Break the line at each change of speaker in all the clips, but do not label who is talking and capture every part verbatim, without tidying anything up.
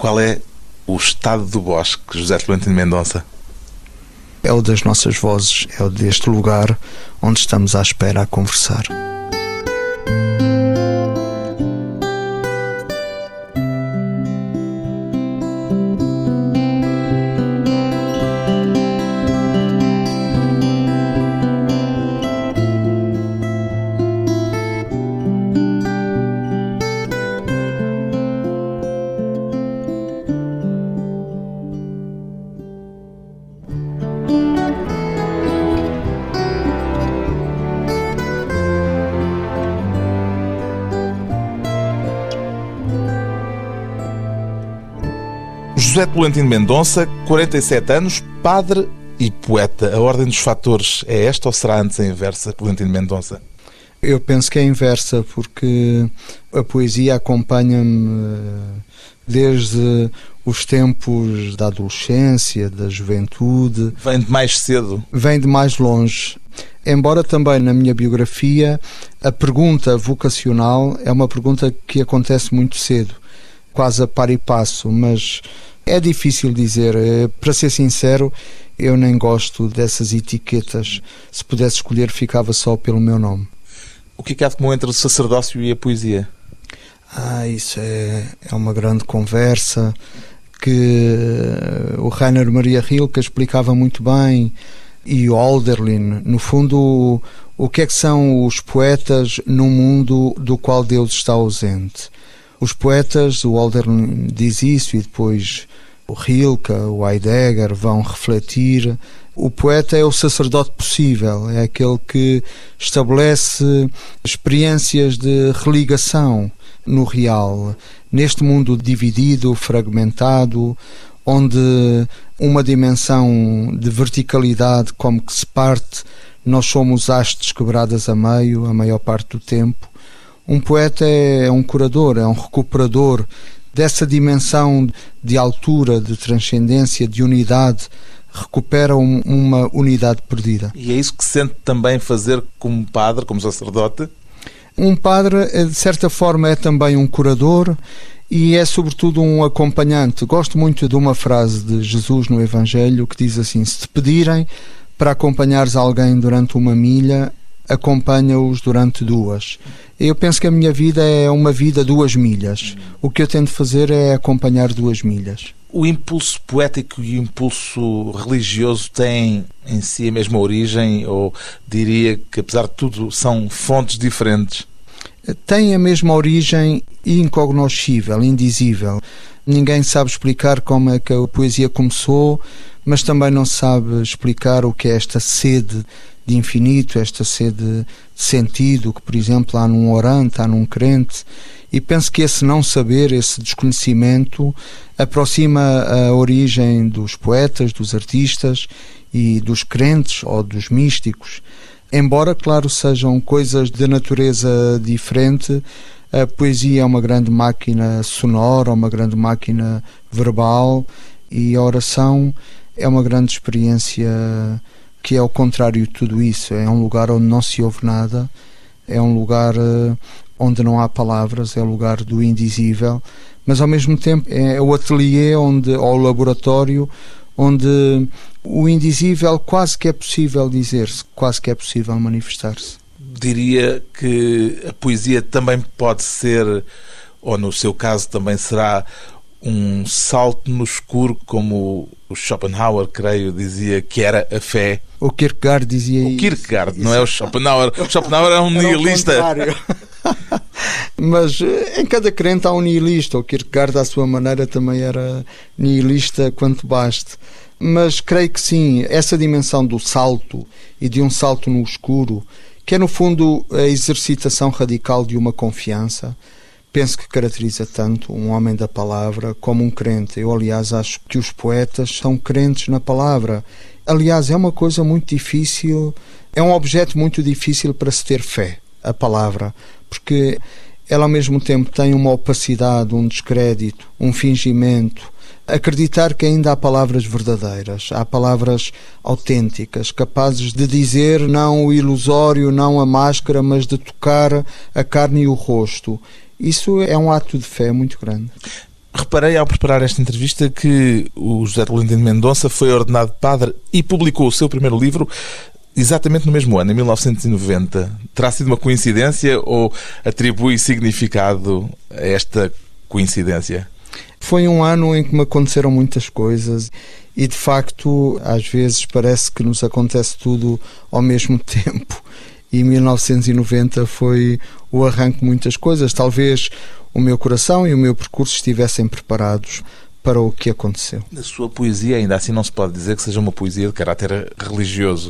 Qual é o estado do bosque, José Tolentino Mendonça?
É o das nossas vozes, é o deste lugar onde estamos à espera a conversar.
José Tolentino Mendonça, quarenta e sete anos, padre e poeta. A ordem dos fatores é esta ou será antes a inversa, Tolentino Mendonça?
Eu penso que é a inversa, porque a poesia acompanha-me desde os tempos da adolescência, da juventude.
Vem de mais cedo?
Vem de mais longe. Embora também na minha biografia a pergunta vocacional é uma pergunta que acontece muito cedo, quase a par e passo, mas é difícil dizer. Para ser sincero, eu nem gosto dessas etiquetas. Se pudesse escolher, ficava só pelo meu nome.
O que é que há de comum entre o sacerdócio e a poesia?
Ah, isso é, é uma grande conversa que o Rainer Maria Rilke explicava muito bem, e o Hölderlin. No fundo, o, o que é que são os poetas num mundo do qual Deus está ausente? Os poetas, o Hölderlin diz isso, e depois o Rilke, o Heidegger vão refletir. O poeta é o sacerdote possível, é aquele que estabelece experiências de religação no real, neste mundo dividido, fragmentado, onde uma dimensão de verticalidade como que se parte, nós somos hastes quebradas a meio, a maior parte do tempo. Um poeta é um curador, é um recuperador dessa dimensão de altura, de transcendência, de unidade, recupera um, uma unidade perdida.
E é isso que sente também fazer como padre, como sacerdote?
Um padre, de certa forma, é também um curador e é sobretudo um acompanhante. Gosto muito de uma frase de Jesus no Evangelho que diz assim: se te pedirem para acompanhares alguém durante uma milha, acompanha-os durante duas. Eu penso que a minha vida é uma vida duas milhas. O que eu tento fazer é acompanhar duas milhas.
O impulso poético e o impulso religioso têm em si a mesma origem, ou diria que, apesar de tudo, são fontes diferentes?
Tem a mesma origem incognoscível, indizível. Ninguém sabe explicar como é que a poesia começou, mas também não sabe explicar o que é esta sede de infinito, esta sede de sentido que, por exemplo, há num orante, há num crente. E penso que esse não saber, esse desconhecimento, aproxima a origem dos poetas, dos artistas e dos crentes ou dos místicos. Embora, claro, sejam coisas de natureza diferente, a poesia é uma grande máquina sonora, uma grande máquina verbal, e a oração é uma grande experiência que é o contrário de tudo isso. É um lugar onde não se ouve nada, é um lugar onde não há palavras, é o lugar do indizível, mas ao mesmo tempo é o ateliê onde, ou o laboratório onde o indizível quase que é possível dizer-se, quase que é possível manifestar-se.
Diria que a poesia também pode ser, ou no seu caso também será, um salto no escuro, como o Schopenhauer, creio, dizia que era a fé.
O Kierkegaard dizia isso.
O Kierkegaard, não é o Schopenhauer. O Schopenhauer era um nihilista.
Mas em cada crente há um nihilista. O Kierkegaard, à sua maneira, também era nihilista quanto baste. Mas creio que sim, essa dimensão do salto e de um salto no escuro, que é no fundo a exercitação radical de uma confiança, penso que caracteriza tanto um homem da palavra como um crente. Eu, aliás, acho que os poetas são crentes na palavra. Aliás, é uma coisa muito difícil, é um objeto muito difícil para se ter fé, a palavra, porque ela ao mesmo tempo tem uma opacidade, um descrédito, um fingimento. Acreditar que ainda há palavras verdadeiras, há palavras autênticas, capazes de dizer não o ilusório, não a máscara, mas de tocar a carne e o rosto. Isso é um ato de fé muito grande.
Reparei, ao preparar esta entrevista, que o José Tolentino Mendonça foi ordenado padre e publicou o seu primeiro livro exatamente no mesmo ano, em mil novecentos e noventa. Terá sido uma coincidência ou atribui significado a esta coincidência?
Foi um ano em que me aconteceram muitas coisas e, de facto, às vezes parece que nos acontece tudo ao mesmo tempo. E mil novecentos e noventa foi o arranque de muitas coisas. Talvez o meu coração e o meu percurso estivessem preparados para o que aconteceu.
A sua poesia, ainda assim, não se pode dizer que seja uma poesia de caráter religioso.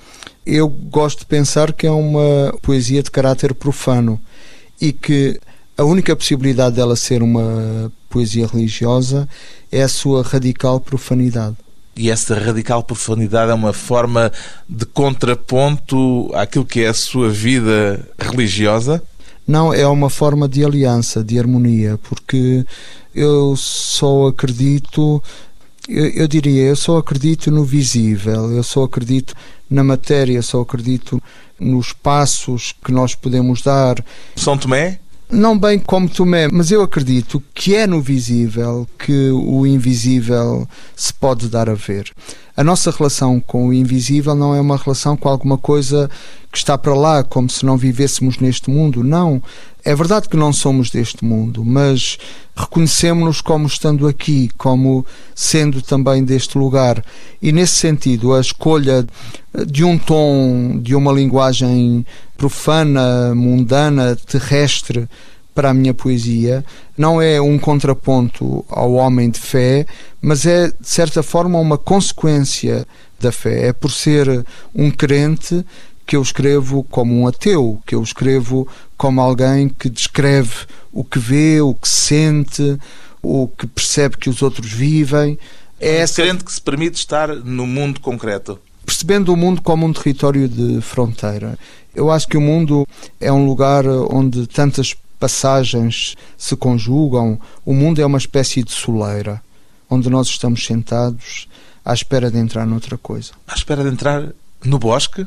Eu gosto de pensar que é uma poesia de caráter profano e que a única possibilidade dela ser uma poesia religiosa é a sua radical profanidade.
E essa radical profanidade é uma forma de contraponto àquilo que é a sua vida religiosa?
Não, é uma forma de aliança, de harmonia, porque eu só acredito, eu, eu diria, eu só acredito no visível, eu só acredito na matéria, só acredito nos passos que nós podemos dar.
São Tomé?
Não bem como Tomé, mas eu acredito que é no visível que o invisível se pode dar a ver. A nossa relação com o invisível não é uma relação com alguma coisa que está para lá, como se não vivêssemos neste mundo. Não. É verdade que não somos deste mundo, mas reconhecemos-nos como estando aqui, como sendo também deste lugar. E, nesse sentido, a escolha de um tom, de uma linguagem profana, mundana, terrestre, para a minha poesia, não é um contraponto ao homem de fé, mas é, de certa forma, uma consequência da fé. É por ser um crente que eu escrevo como um ateu, que eu escrevo como alguém que descreve o que vê, o que sente, o que percebe que os outros vivem. É
esse crente que se permite estar no mundo concreto.
Percebendo o mundo como um território de fronteira. Eu acho que o mundo é um lugar onde tantas passagens se conjugam. O mundo é uma espécie de soleira, onde nós estamos sentados à espera de entrar noutra coisa.
À espera de entrar no bosque?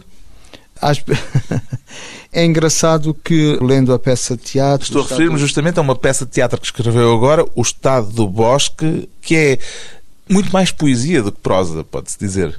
É engraçado que, lendo a peça de teatro...
Estou a referir-me justamente a uma peça de teatro que escreveu agora, O Estado do Bosque, que é muito mais poesia do que prosa, pode-se dizer.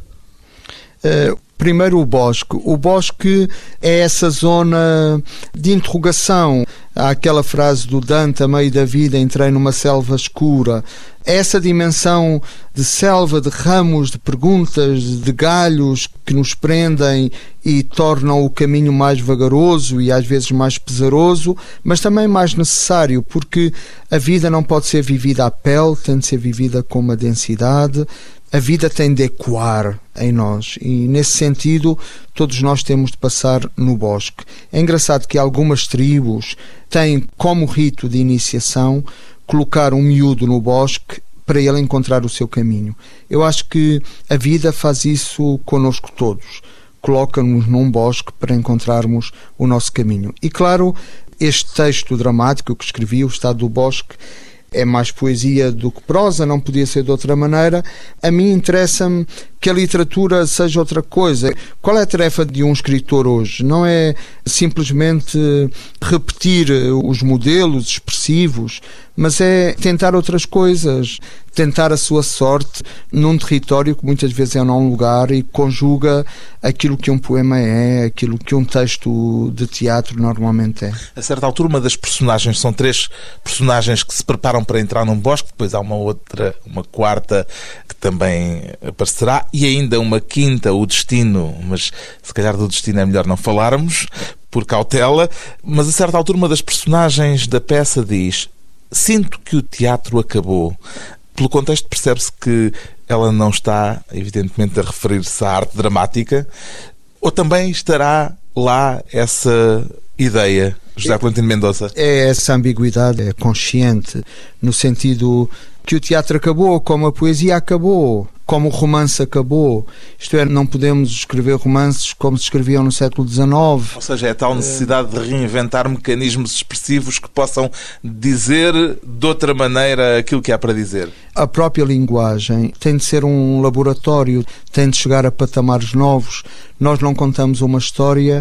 Uh, primeiro o bosque. O bosque é essa zona de interrogação. Há aquela frase do Dante, a meio da vida entrei numa selva escura. É essa dimensão de selva, de ramos, de perguntas, de galhos que nos prendem e tornam o caminho mais vagaroso e às vezes mais pesaroso, mas também mais necessário, porque a vida não pode ser vivida à pele, tem de ser vivida com uma densidade. A vida tem de ecoar em nós e, nesse sentido, todos nós temos de passar no bosque. É engraçado que algumas tribos têm como rito de iniciação colocar um miúdo no bosque para ele encontrar o seu caminho. Eu acho que a vida faz isso connosco todos. Coloca-nos num bosque para encontrarmos o nosso caminho. E, claro, este texto dramático que escrevi, O Estado do Bosque, é mais poesia do que prosa, não podia ser de outra maneira. A mim interessa-me que a literatura seja outra coisa. Qual é a tarefa de um escritor hoje? Não é simplesmente repetir os modelos expressivos, mas é tentar outras coisas, tentar a sua sorte num território que muitas vezes é não lugar e conjuga aquilo que um poema é, aquilo que um texto de teatro normalmente é.
A certa altura, uma das personagens, são três personagens que se preparam para entrar num bosque, depois há uma outra, uma quarta que também aparecerá, e ainda uma quinta, o destino, mas se calhar do destino é melhor não falarmos, por cautela. Mas a certa altura uma das personagens da peça diz: sinto que o teatro acabou. Pelo contexto percebe-se que ela não está, evidentemente, a referir-se à arte dramática, ou também estará lá essa ideia, José Tolentino Mendonça?
É essa ambiguidade, é consciente, no sentido que o teatro acabou, como a poesia acabou, como o romance acabou. Isto é, não podemos escrever romances como se escreviam no século dezenove.
Ou seja, é a tal necessidade de reinventar mecanismos expressivos que possam dizer de outra maneira aquilo que há para dizer.
A própria linguagem tem de ser um laboratório, tem de chegar a patamares novos. Nós não contamos uma história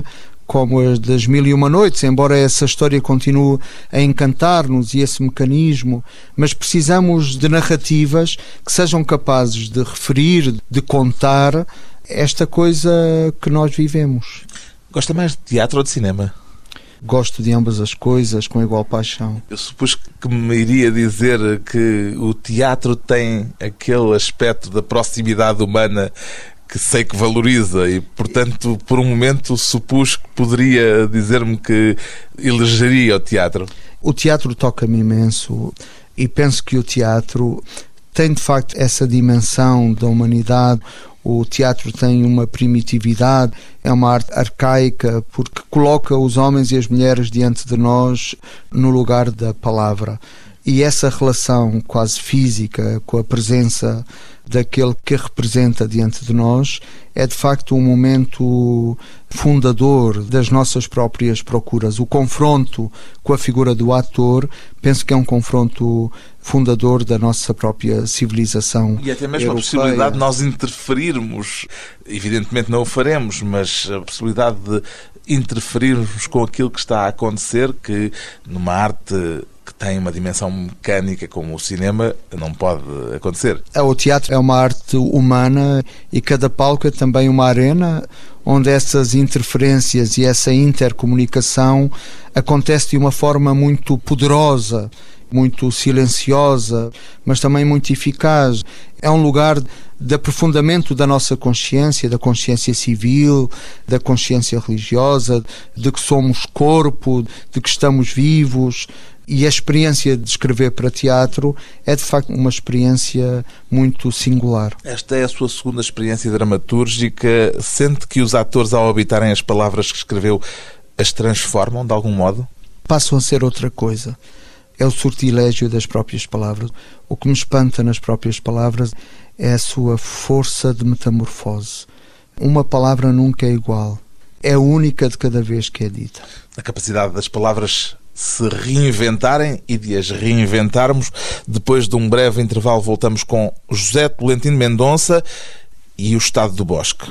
como as das Mil e Uma Noites, embora essa história continue a encantar-nos e esse mecanismo, mas precisamos de narrativas que sejam capazes de referir, de contar esta coisa que nós vivemos.
Gosta mais de teatro ou de cinema?
Gosto de ambas as coisas com igual paixão.
Eu supus que me iria dizer que o teatro tem aquele aspecto da proximidade humana que sei que valoriza e, portanto, por um momento supus que poderia dizer-me que elegeria o teatro.
O teatro toca-me imenso e penso que o teatro tem, de facto, essa dimensão da humanidade. O teatro tem uma primitividade, é uma arte arcaica, porque coloca os homens e as mulheres diante de nós no lugar da palavra. E essa relação quase física com a presença daquele que representa diante de nós é de facto um momento fundador das nossas próprias procuras. O confronto com a figura do ator, penso que é um confronto fundador da nossa própria civilização.
E até mesmo
europeia.
A possibilidade de nós interferirmos, evidentemente não o faremos, mas a possibilidade de interferirmos com aquilo que está a acontecer, que numa arte que tem uma dimensão mecânica como o cinema não pode acontecer.
O teatro é uma arte humana e cada palco é também uma arena onde essas interferências e essa intercomunicação acontece de uma forma muito poderosa, muito silenciosa, mas também muito eficaz. É um lugar de aprofundamento da nossa consciência, da consciência civil, da consciência religiosa, de que somos corpo, de que estamos vivos. E a experiência de escrever para teatro é, de facto, uma experiência muito singular.
Esta é a sua segunda experiência dramatúrgica. Sente que os atores, ao habitarem as palavras que escreveu, as transformam de algum modo?
Passam a ser outra coisa. É o sortilégio das próprias palavras. O que me espanta nas próprias palavras é a sua força de metamorfose. Uma palavra nunca é igual. É única de cada vez que é dita.
A capacidade das palavras se reinventarem e de as reinventarmos. Depois de um breve intervalo voltamos com José Tolentino Mendonça e o Estado do Bosque.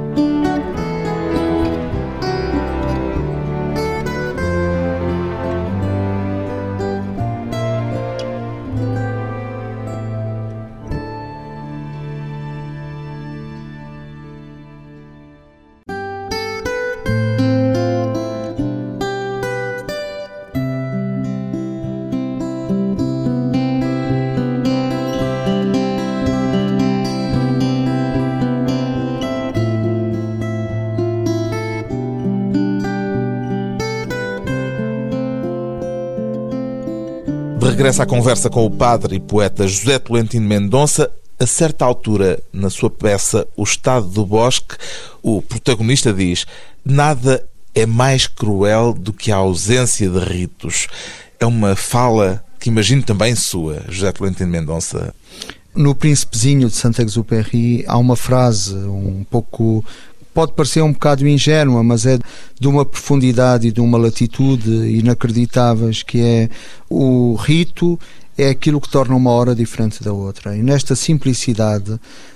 Regressa à conversa com o padre e poeta José Tolentino Mendonça. A certa altura, na sua peça O Estado do Bosque, o protagonista diz: nada é mais cruel do que a ausência de ritos. É uma fala que imagino também sua, José Tolentino Mendonça.
No Príncipezinho de Saint-Exupéry há uma frase um pouco... pode parecer um bocado ingênua, mas é de uma profundidade e de uma latitude inacreditáveis, que é: o rito é aquilo que torna uma hora diferente da outra. E nesta simplicidade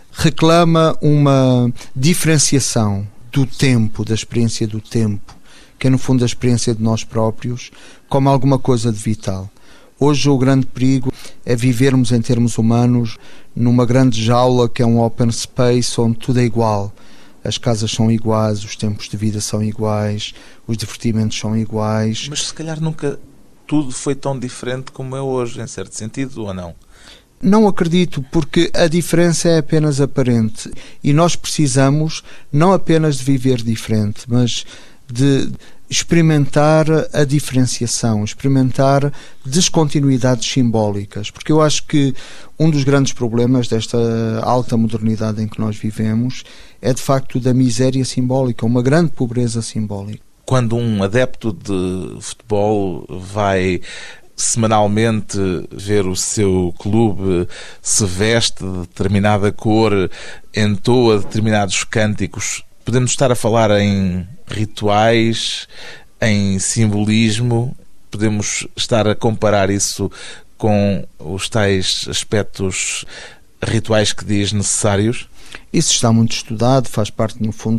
reclama uma diferenciação do tempo, da experiência do tempo, que é no fundo a experiência de nós próprios, como alguma coisa de vital. Hoje o grande perigo é vivermos em termos humanos numa grande jaula que é um open space onde tudo é igual. As casas são iguais, os tempos de vida são iguais, os divertimentos são iguais.
Mas se calhar nunca tudo foi tão diferente como é hoje, em certo sentido, ou não?
Não acredito, porque a diferença é apenas aparente. E nós precisamos não apenas de viver diferente, mas de experimentar a diferenciação, experimentar descontinuidades simbólicas, porque eu acho que um dos grandes problemas desta alta modernidade em que nós vivemos é de facto da miséria simbólica, uma grande pobreza simbólica.
Quando um adepto de futebol vai semanalmente ver o seu clube, se veste de determinada cor, entoa determinados cânticos, podemos estar a falar em rituais, em simbolismo, podemos estar a comparar isso com os tais aspectos rituais que diz necessários?
Isso está muito estudado, faz parte, no fundo,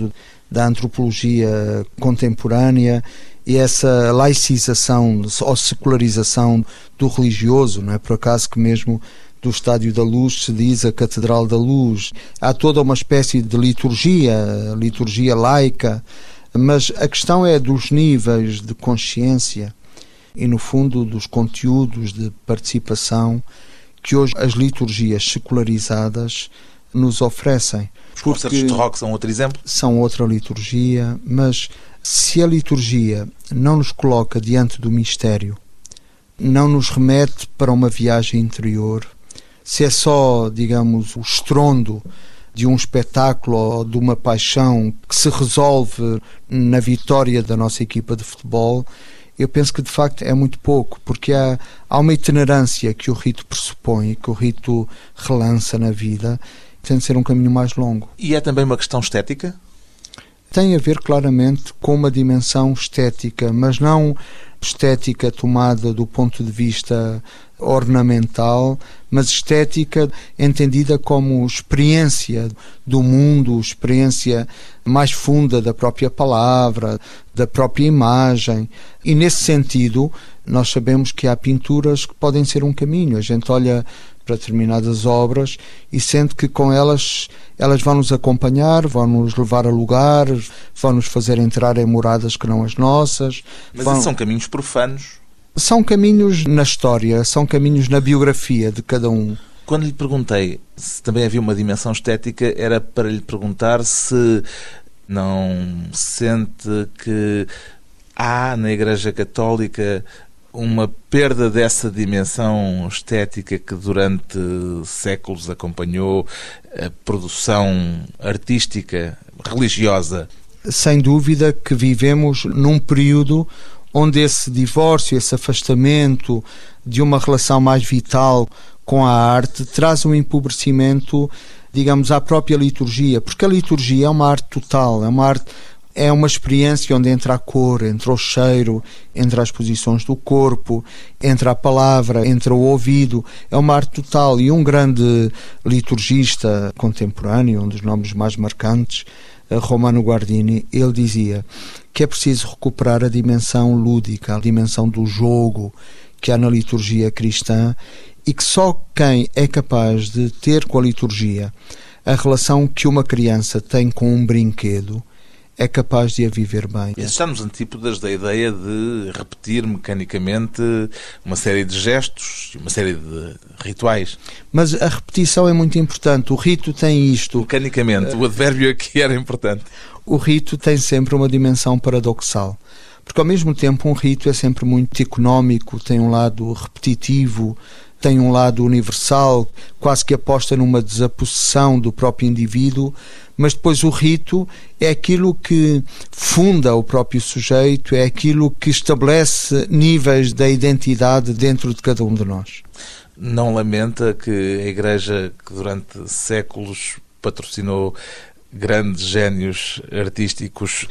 da antropologia contemporânea e essa laicização ou secularização do religioso, não é por acaso que mesmo do Estádio da Luz se diz a Catedral da Luz. Há toda uma espécie de liturgia, liturgia laica, mas a questão é dos níveis de consciência e, no fundo, dos conteúdos de participação que hoje as liturgias secularizadas nos oferecem.
Os concertos de rock são outro exemplo?
São outra liturgia, mas se a liturgia não nos coloca diante do mistério, não nos remete para uma viagem interior, se é só, digamos, o estrondo de um espetáculo ou de uma paixão que se resolve na vitória da nossa equipa de futebol, eu penso que de facto é muito pouco, porque há, há uma itinerância que o rito pressupõe, que o rito relança na vida, tem de ser um caminho mais longo.
E é também uma questão estética?
Tem a ver claramente com uma dimensão estética, mas não estética tomada do ponto de vista ornamental, mas estética entendida como experiência do mundo, experiência mais funda da própria palavra, da própria imagem. E nesse sentido, nós sabemos que há pinturas que podem ser um caminho. A gente olha para determinadas obras e sente que com elas elas vão nos acompanhar, vão nos levar a lugares, vão nos fazer entrar em moradas que não as nossas.
Mas
vão...
são caminhos profanos?
São caminhos na história, são caminhos na biografia de cada um.
Quando lhe perguntei se também havia uma dimensão estética, era para lhe perguntar se não sente que há na Igreja Católica uma perda dessa dimensão estética que durante séculos acompanhou a produção artística, religiosa.
Sem dúvida que vivemos num período onde esse divórcio, esse afastamento de uma relação mais vital com a arte traz um empobrecimento, digamos, à própria liturgia, porque a liturgia é uma arte total, é uma arte, é uma experiência onde entra a cor, entra o cheiro, entra as posições do corpo, entra a palavra, entra o ouvido, é uma arte total. E um grande liturgista contemporâneo, um dos nomes mais marcantes, Romano Guardini, ele dizia que é preciso recuperar a dimensão lúdica, a dimensão do jogo que há na liturgia cristã, e que só quem é capaz de ter com a liturgia a relação que uma criança tem com um brinquedo é capaz de a viver bem.
Isso está nos antípodas da ideia de repetir mecanicamente uma série de gestos, uma série de rituais.
Mas a repetição é muito importante. O rito tem isto.
Mecanicamente, o advérbio aqui era importante.
O rito tem sempre uma dimensão paradoxal. Porque ao mesmo tempo um rito é sempre muito económico, tem um lado repetitivo, tem um lado universal, quase que aposta numa desapossessão do próprio indivíduo, mas depois o rito é aquilo que funda o próprio sujeito, é aquilo que estabelece níveis da identidade dentro de cada um de nós.
Não lamenta que a Igreja, que durante séculos patrocinou grandes génios artísticos,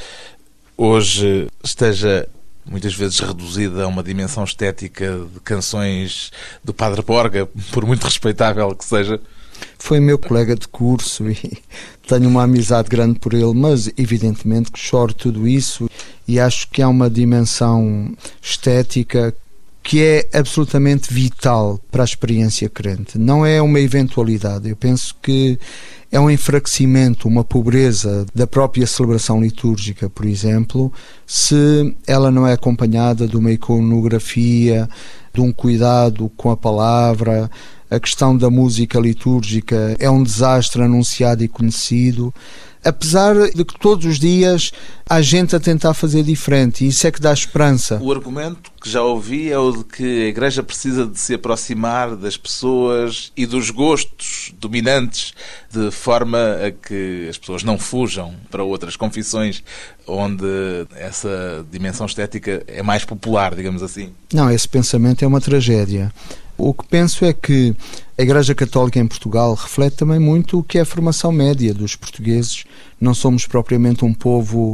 hoje esteja muitas vezes reduzida a uma dimensão estética de canções do Padre Borga, por muito respeitável que seja?
Foi meu colega de curso e tenho uma amizade grande por ele, mas evidentemente que choro tudo isso e acho que há uma dimensão estética que é absolutamente vital para a experiência crente. Não é uma eventualidade. Eu penso que é um enfraquecimento, uma pobreza da própria celebração litúrgica, por exemplo, se ela não é acompanhada de uma iconografia, de um cuidado com a palavra. A questão da música litúrgica é um desastre anunciado e conhecido, apesar de que todos os dias há gente a tentar fazer diferente, e isso é que dá esperança.
O argumento que já ouvi é o de que a Igreja precisa de se aproximar das pessoas e dos gostos dominantes, de forma a que as pessoas não fujam para outras confissões onde essa dimensão estética é mais popular, digamos assim.
Não, esse pensamento é uma tragédia. O que penso é que a Igreja Católica em Portugal reflete também muito o que é a formação média dos portugueses. Não somos propriamente um povo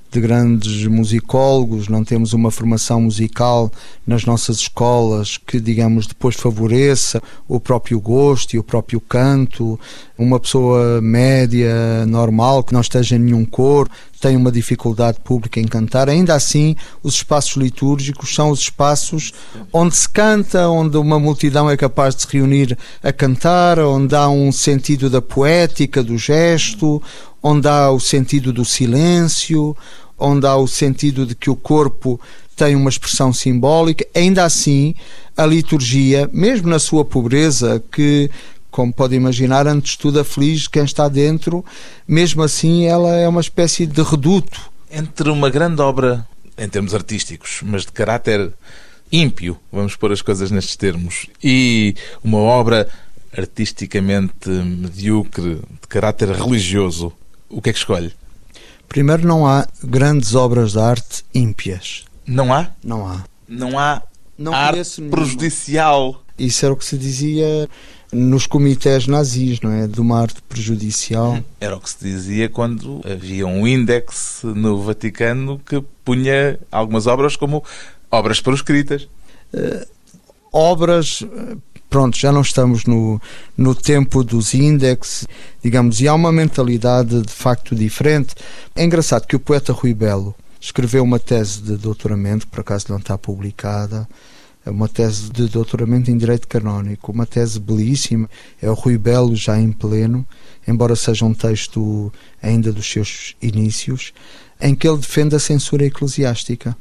de grandes musicólogos, não temos uma formação musical nas nossas escolas que, digamos, depois favoreça o próprio gosto e o próprio canto. Uma pessoa média, normal, que não esteja em nenhum coro, tem uma dificuldade pública em cantar. Ainda assim, os espaços litúrgicos são os espaços onde se canta, onde uma multidão é capaz de se reunir a cantar, onde há um sentido da poética, do gesto, onde há o sentido do silêncio, onde há o sentido de que o corpo tem uma expressão simbólica. Ainda assim, a liturgia, mesmo na sua pobreza, que, como pode imaginar, antes de tudo aflige quem está dentro, mesmo assim ela é uma espécie de reduto.
Entre uma grande obra, em termos artísticos, mas de caráter ímpio, vamos pôr as coisas nestes termos, e uma obra artisticamente medíocre, de caráter religioso, o que é que escolhe?
Primeiro, não há grandes obras de arte ímpias.
Não há?
Não há.
Não há
Não
arte prejudicial.
Isso era o que se dizia nos comitês nazis, não é? De uma arte prejudicial.
Era o que se dizia quando havia um índex no Vaticano que punha algumas obras como obras proscritas.
Uh, obras... Pronto, já não estamos no, no tempo dos índex, digamos, e há uma mentalidade de facto diferente. É engraçado que o poeta Rui Belo escreveu uma tese de doutoramento, por acaso não está publicada, é uma tese de doutoramento em Direito Canónico, uma tese belíssima, é o Rui Belo já em pleno, embora seja um texto ainda dos seus inícios, em que ele defende a censura eclesiástica.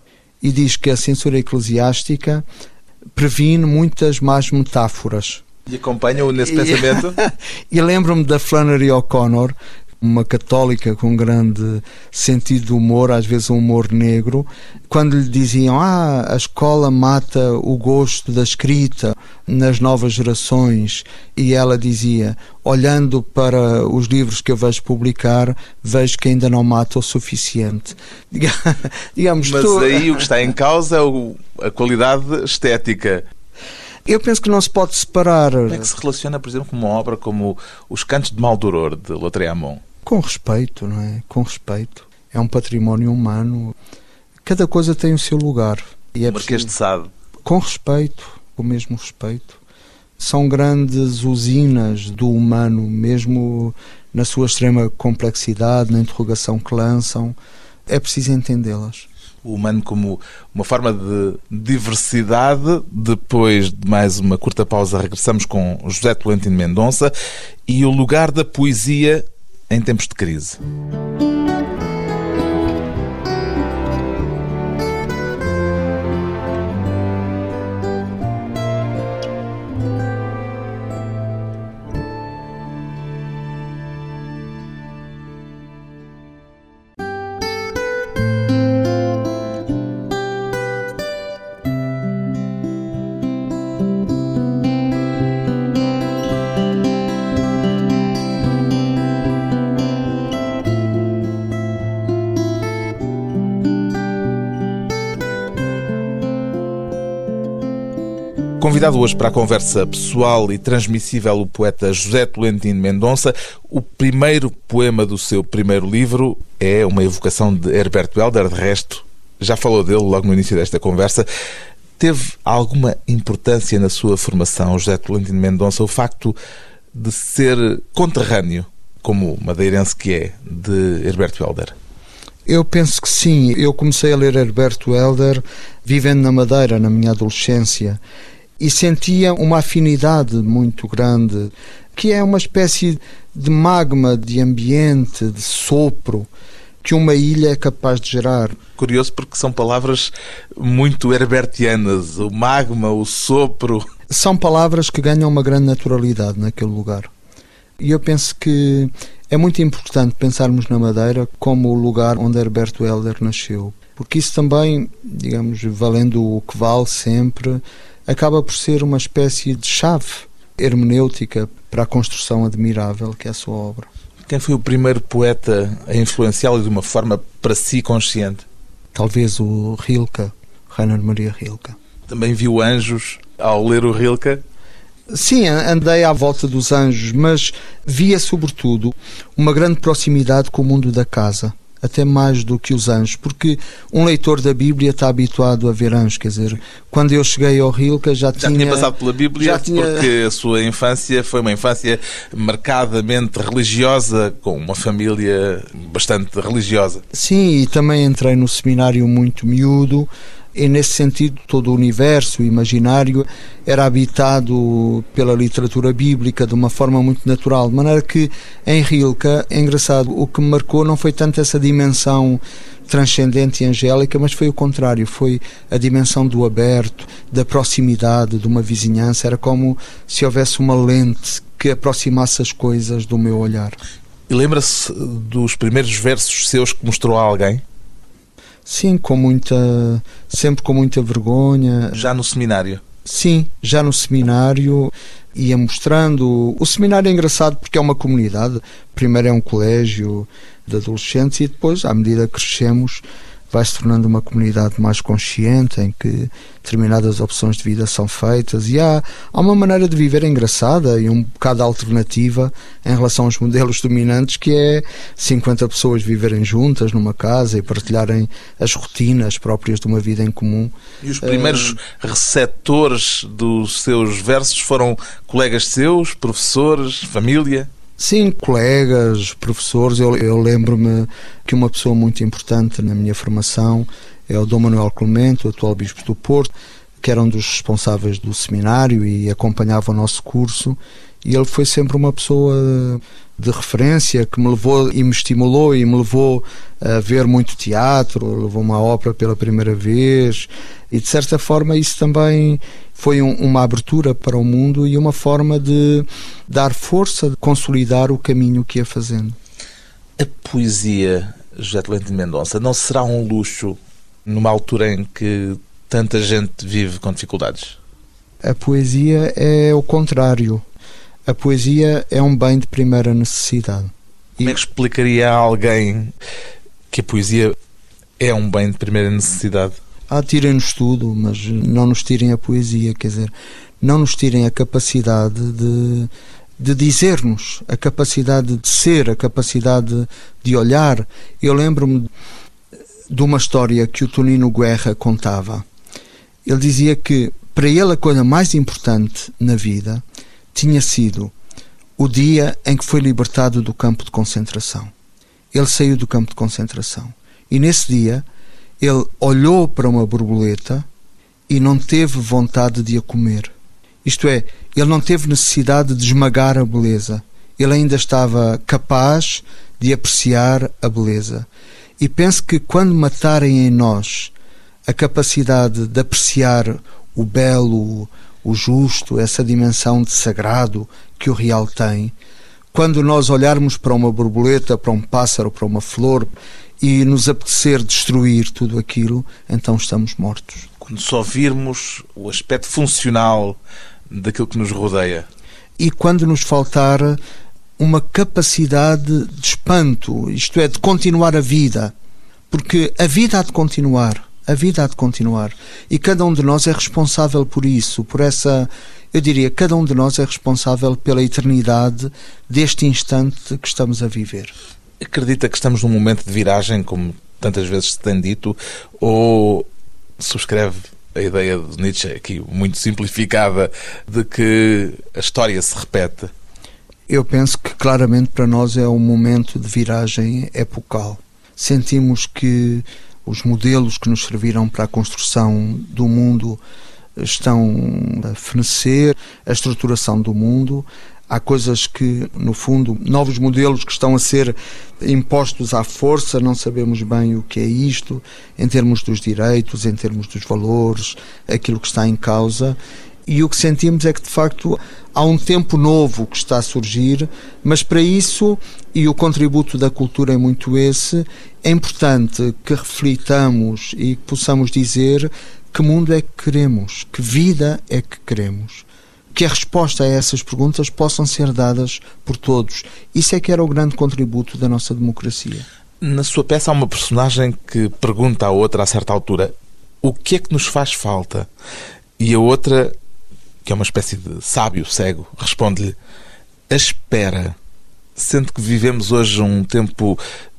E diz que a censura eclesiástica previne muitas más metáforas.
E acompanha-o nesse pensamento?
E lembro-me da Flannery O'Connor, uma católica com grande sentido de humor, às vezes um humor negro, quando lhe diziam: ah, a escola mata o gosto da escrita nas novas gerações, e ela dizia: olhando para os livros que eu vejo publicar, vejo que ainda não mata o suficiente. Digamos,
Mas
tu...
aí o que está em causa é o, a qualidade estética.
Eu penso que não se pode separar.
Como é que se relaciona, por exemplo, com uma obra como Os Cantos de Maldoror, de Lautréamont?
Com respeito, não é? Com respeito. É um património humano. Cada coisa tem o seu lugar. E é
o Marquês de Sade.
Com respeito, com o mesmo respeito. São grandes usinas do humano, mesmo na sua extrema complexidade, na interrogação que lançam. É preciso entendê-las.
O humano como uma forma de diversidade. Depois de mais uma curta pausa, regressamos com José Tolentino Mendonça e o lugar da poesia em tempos de crise. Convidado hoje para a conversa pessoal e transmissível o poeta José Tolentino Mendonça. O primeiro poema do seu primeiro livro é uma evocação de Herberto Helder. De resto, já falou dele logo no início desta conversa. Teve alguma importância na sua formação, José Tolentino Mendonça, o facto de ser conterrâneo, como madeirense que é, de Herberto Helder?
Eu penso que sim. Eu comecei a ler Herberto Helder vivendo na Madeira, na minha adolescência, e sentia uma afinidade muito grande, que é uma espécie de magma, de ambiente, de sopro, que uma ilha é capaz de gerar.
Curioso, porque são palavras muito herbertianas, o magma, o sopro.
São palavras que ganham uma grande naturalidade naquele lugar. E eu penso que é muito importante pensarmos na Madeira como o lugar onde Herberto Helder nasceu, porque isso também, digamos, valendo o que vale sempre, acaba por ser uma espécie de chave hermenêutica para a construção admirável que é a sua obra.
Quem foi o primeiro poeta a influenciá-lo de uma forma para si consciente?
Talvez o Rilke, Rainer Maria Rilke.
Também viu anjos ao ler o Rilke?
Sim, andei à volta dos anjos, mas via sobretudo uma grande proximidade com o mundo da casa. até mais do que os anjos, porque um leitor da Bíblia está habituado a ver anjos, quer dizer, quando eu cheguei ao Rilke já,
já
tinha...
tinha passado pela Bíblia,
já tinha...
porque a sua infância foi uma infância marcadamente religiosa, com uma família bastante religiosa.
Sim, e também entrei no seminário muito miúdo, e nesse sentido todo o universo, o imaginário, era habitado pela literatura bíblica de uma forma muito natural, de maneira que em Rilke, é engraçado, o que me marcou não foi tanto essa dimensão transcendente e angélica, mas foi o contrário, foi a dimensão do aberto, da proximidade, de uma vizinhança. Era como se houvesse uma lente que aproximasse as coisas do meu olhar.
E lembra-se dos primeiros versos seus que mostrou a alguém?
Sim, com muita, sempre com muita vergonha.
Já no seminário?
Sim, já no seminário ia mostrando. O seminário é engraçado porque é uma comunidade. Primeiro é um colégio de adolescentes e depois, à medida que crescemos, vai-se tornando uma comunidade mais consciente, em que determinadas opções de vida são feitas, e há, há uma maneira de viver engraçada e um bocado alternativa em relação aos modelos dominantes, que é cinquenta pessoas viverem juntas numa casa e partilharem as rotinas próprias de uma vida em comum.
E os primeiros uh... receptores dos seus versos foram colegas seus, professores, família?
Sim, colegas, professores. Eu, eu lembro-me que uma pessoa muito importante na minha formação é o Dom Manuel Clemente, o atual Bispo do Porto, que era um dos responsáveis do seminário e acompanhava o nosso curso, e ele foi sempre uma pessoa de referência que me levou e me estimulou e me levou a ver muito teatro, levou-me à ópera pela primeira vez, e de certa forma isso também foi um, uma abertura para o mundo e uma forma de dar força, de consolidar o caminho que ia fazendo.
A poesia, José Tolentino Mendonça, não será um luxo numa altura em que tanta gente vive com dificuldades?
A poesia é o contrário. A poesia é um bem de primeira necessidade.
Como é que explicaria a alguém que a poesia é um bem de primeira necessidade?
Ah, tirem-nos tudo, mas não nos tirem a poesia, quer dizer, não nos tirem a capacidade de, de dizer-nos, a capacidade de ser, a capacidade de olhar. Eu lembro-me de uma história que o Tonino Guerra contava. Ele dizia que para ele a coisa mais importante na vida tinha sido o dia em que foi libertado do campo de concentração. Ele saiu do campo de concentração e nesse dia ele olhou para uma borboleta e não teve vontade de a comer. Isto é, ele não teve necessidade de esmagar a beleza. Ele ainda estava capaz de apreciar a beleza. E penso que quando matarem em nós a capacidade de apreciar o belo, o justo, essa dimensão de sagrado que o real tem, quando nós olharmos para uma borboleta, para um pássaro, para uma flor e nos apetecer destruir tudo aquilo, então estamos mortos.
Quando só virmos o aspecto funcional daquilo que nos rodeia.
E quando nos faltar uma capacidade de espanto, isto é, de continuar a vida, porque a vida há de continuar, a vida há de continuar, e cada um de nós é responsável por isso, por essa, eu diria, cada um de nós é responsável pela eternidade deste instante que estamos a viver.
Acredita que estamos num momento de viragem, como tantas vezes se tem dito, ou subscreve a ideia de Nietzsche, aqui muito simplificada, de que a história se repete?
Eu penso que claramente para nós é um momento de viragem epocal. Sentimos que os modelos que nos serviram para a construção do mundo estão a fenecer, a estruturação do mundo. Há coisas que, no fundo, novos modelos que estão a ser impostos à força, não sabemos bem o que é isto, em termos dos direitos, em termos dos valores, aquilo que está em causa. E o que sentimos é que, de facto, há um tempo novo que está a surgir, mas para isso, e o contributo da cultura é muito esse, é importante que reflitamos e que possamos dizer que mundo é que queremos, que vida é que queremos. Que a resposta a essas perguntas possam ser dadas por todos. Isso é que era o grande contributo da nossa democracia.
Na sua peça há uma personagem que pergunta à outra, a certa altura, o que é que nos faz falta? E a outra, que é uma espécie de sábio cego, responde-lhe, a espera. Sendo que vivemos hoje um tempo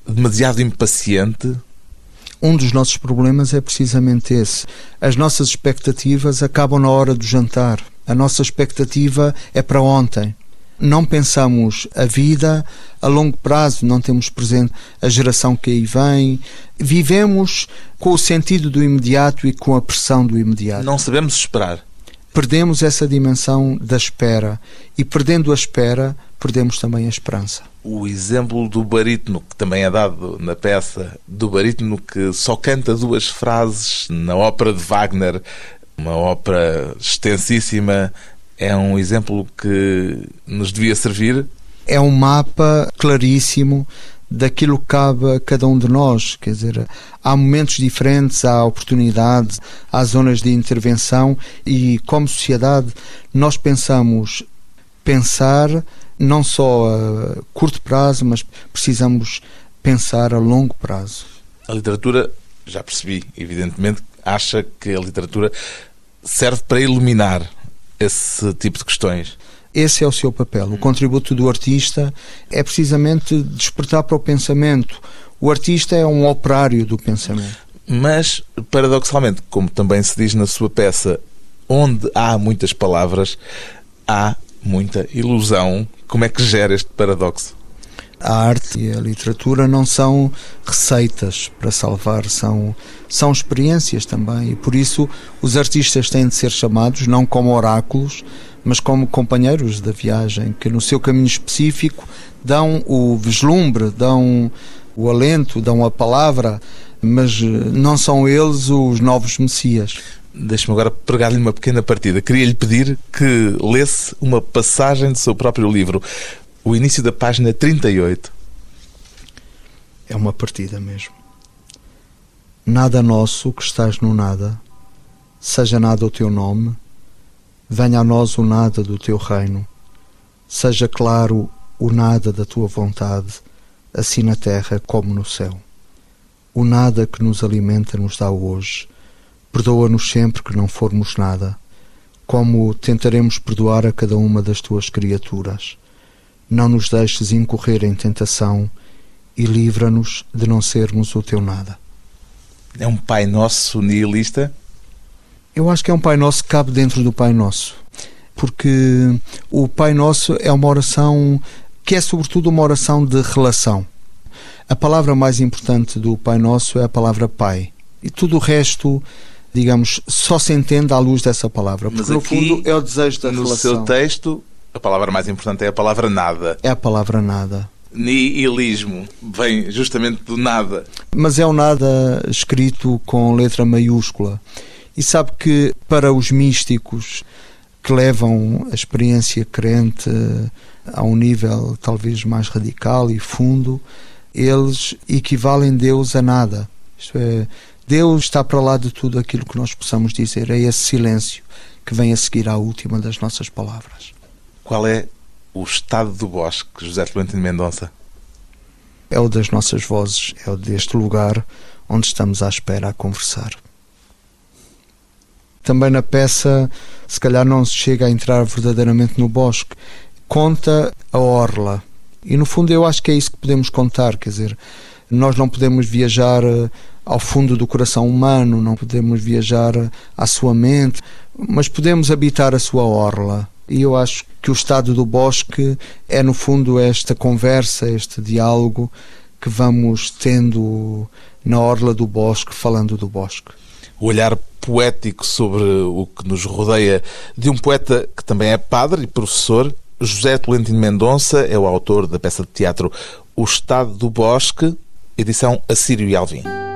demasiado impaciente?
Um dos nossos problemas é precisamente esse. As nossas expectativas acabam na hora do jantar. A nossa expectativa é para ontem. Não pensamos a vida a longo prazo, não temos presente a geração que aí vem. Vivemos com o sentido do imediato e com a pressão do imediato.
Não sabemos esperar.
Perdemos essa dimensão da espera. E perdendo a espera, perdemos também a esperança.
O exemplo do barítono, que também é dado na peça, do barítono que só canta duas frases na ópera de Wagner, uma ópera extensíssima, é um exemplo que nos devia servir?
É um mapa claríssimo daquilo que cabe a cada um de nós. Quer dizer, há momentos diferentes, há oportunidades, há zonas de intervenção e, como sociedade, nós pensamos pensar não só a curto prazo, mas precisamos pensar a longo prazo.
A literatura, já percebi, evidentemente, acha que a literatura serve para iluminar esse tipo de questões.
Esse é o seu papel. O contributo do artista é precisamente despertar para o pensamento. O artista é um operário do pensamento.
Mas, paradoxalmente, como também se diz na sua peça, onde há muitas palavras, há muita ilusão. Como é que gera este paradoxo?
A arte e a literatura não são receitas para salvar, são, são experiências também, e por isso os artistas têm de ser chamados não como oráculos, mas como companheiros da viagem, que no seu caminho específico dão o vislumbre, dão o alento, dão a palavra, mas não são eles os novos messias.
Deixe-me agora pregar-lhe uma pequena partida. Queria-lhe pedir que lesse uma passagem do seu próprio livro. O início da página trinta e oito.
É uma partida mesmo. Nada nosso que estás no nada, seja nada o teu nome, venha a nós o nada do teu reino, seja claro o nada da tua vontade, assim na terra como no céu. O nada que nos alimenta nos dá hoje, perdoa-nos sempre que não formos nada, como tentaremos perdoar a cada uma das tuas criaturas. Não nos deixes incorrer em tentação e livra-nos de não sermos o teu nada.
É um Pai Nosso nihilista?
Eu acho que é um Pai Nosso que cabe dentro do Pai Nosso, porque o Pai Nosso é uma oração que é sobretudo uma oração de relação. A palavra mais importante do Pai Nosso é a palavra Pai, e tudo o resto, digamos, só se entende à luz dessa palavra, porque no fundo é o desejo da relação.
No seu texto, a palavra mais importante é a palavra nada.
É a palavra nada.
Nihilismo vem justamente do nada.
Mas é o nada escrito com letra maiúscula. E sabe que para os místicos que levam a experiência crente a um nível talvez mais radical e fundo, eles equivalem Deus a nada. Isto é, Deus está para lá de tudo aquilo que nós possamos dizer. É esse silêncio que vem a seguir à última das nossas palavras.
Qual é o estado do bosque, José Tolentino Mendonça?
É o das nossas vozes, é o deste lugar onde estamos à espera a conversar. Também na peça, se calhar não se chega a entrar verdadeiramente no bosque. Conta a orla. E no fundo eu acho que é isso que podemos contar, quer dizer, nós não podemos viajar ao fundo do coração humano, não podemos viajar à sua mente, mas podemos habitar a sua orla. E eu acho que o estado do bosque é, no fundo, esta conversa, este diálogo que vamos tendo na orla do bosque, falando do bosque.
O olhar poético sobre o que nos rodeia de um poeta que também é padre e professor. José Tolentino Mendonça é o autor da peça de teatro O Estado do Bosque, edição Assírio e Alvim.